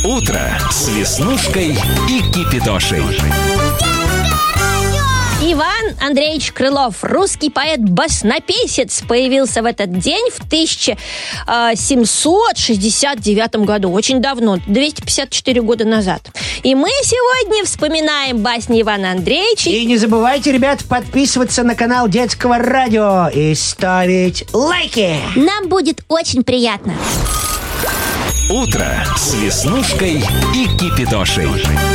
Утро с Веснушкой и Кипидошей. Иван Андреевич Крылов, русский поэт-баснописец, появился в этот день в 1769 году. Очень давно, 254 года назад. И мы сегодня вспоминаем басни Ивана Андреевича. И не забывайте, ребят, подписываться на канал Детского радио и ставить лайки. Нам будет очень приятно. Утро с Веснушкой и Кипидошей.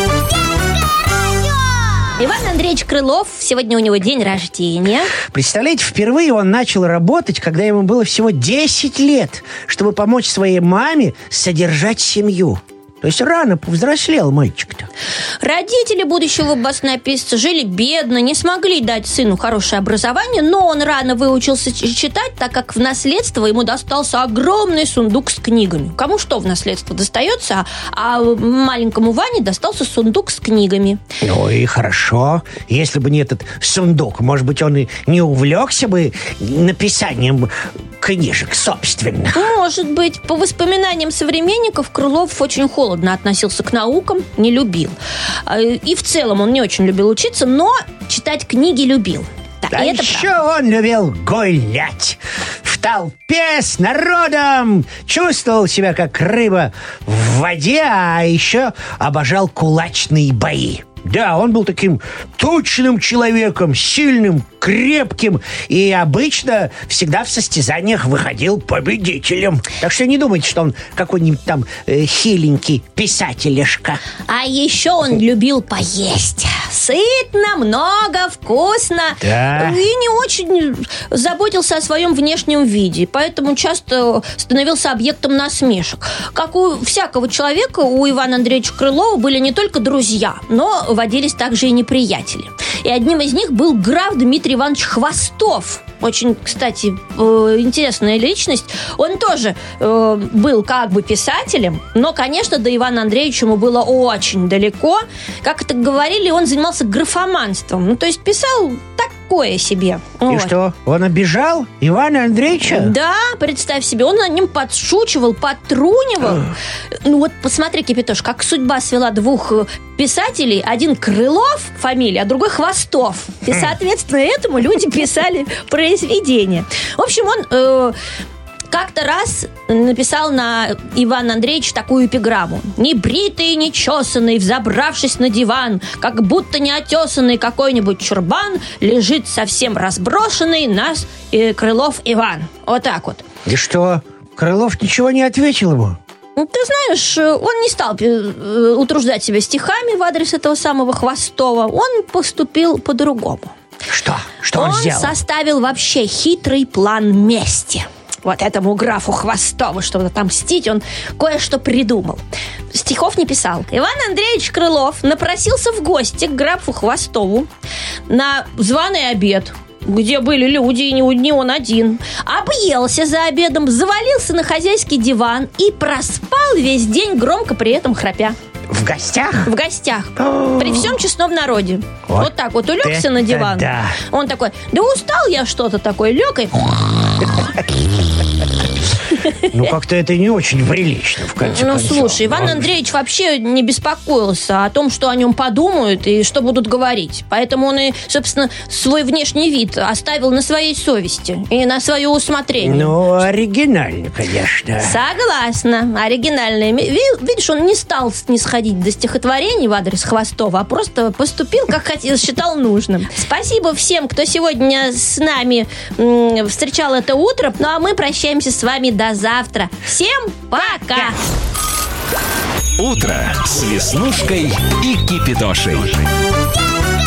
Иван Андреевич Крылов, сегодня у него день рождения. Представляете, впервые он начал работать, когда ему было всего 10 лет, чтобы помочь своей маме содержать семью. То есть рано повзрослел мальчик-то. Родители будущего баснописца жили бедно, не смогли дать сыну хорошее образование, но он рано выучился читать, так как в наследство ему достался огромный сундук с книгами. Кому что в наследство достается, а маленькому Ване достался сундук с книгами. Ну и хорошо. Если бы не этот сундук, может быть, он и не увлекся бы написанием книжек, собственно. Может быть. По воспоминаниям современников, Крылов очень холодно относился к наукам, не любил. И в целом он не очень любил учиться, но читать книги любил. Так, а еще он любил гулять в толпе с народом, чувствовал себя как рыба в воде, а еще обожал кулачные бои. Да, он был таким тучным человеком, сильным, крепким, и обычно всегда в состязаниях выходил победителем. Так что не думайте, что он какой-нибудь там хиленький писателешка. А еще он любил поесть. Сытно, много, вкусно. Да. И не очень заботился о своем внешнем виде, поэтому часто становился объектом насмешек. Как у всякого человека, у Ивана Андреевича Крылова были не только друзья, но водились также и неприятели. И одним из них был граф Дмитрий Иванович Хвостов. Очень, кстати, интересная личность. Он тоже был как бы писателем, но, конечно, до Ивана Андреевича ему было очень далеко. Как это говорили, он занимался графоманством. Ну, то есть писал такое себе. И вот. Что, он обижал Ивана Андреевича? Да, представь себе, он над ним подшучивал, подтрунивал. Ну вот посмотри, Кипидош, как судьба свела двух писателей. Один Крылов фамилия, а другой Хвостов. И, соответственно, этому люди писали произведения. В общем, он как-то раз написал на Ивана Андреевича такую эпиграмму: «Небритый, нечесанный, взобравшись на диван, как будто неотесанный какой-нибудь чурбан, лежит совсем разброшенный наш Крылов Иван». Вот так вот. И что, Крылов ничего не ответил ему? Ты знаешь, он не стал утруждать себя стихами в адрес этого самого Хвостова. Он поступил по-другому. Что? Что он сделал? Он составил вообще хитрый план мести. Вот этому графу Хвостову, чтобы отомстить, он кое-что придумал. Стихов не писал. Иван Андреевич Крылов напросился в гости к графу Хвостову на званый обед, где были люди, и не он один. Объелся за обедом, завалился на хозяйский диван и проспал весь день, громко при этом храпя. В гостях? В гостях. При всем честном народе. Вот так вот улегся на диван. Да. Он такой: да устал я что-то такое, лег и... Ну, как-то это не очень прилично, в конце концов. Ну, слушай, Иван Андреевич вообще не беспокоился о том, что о нем подумают и что будут говорить. Поэтому он и, собственно, свой внешний вид оставил на своей совести и на свое усмотрение. Ну, оригинально, конечно. Согласна, оригинально. Видишь, он не стал снисходить до стихотворений в адрес Хвостова, а просто поступил, как считал нужным. Спасибо всем, кто сегодня с нами встречал это утро. Ну, а мы прощаемся с вами до завтра. Всем пока! Утро с Веснушкой и Кипидошей.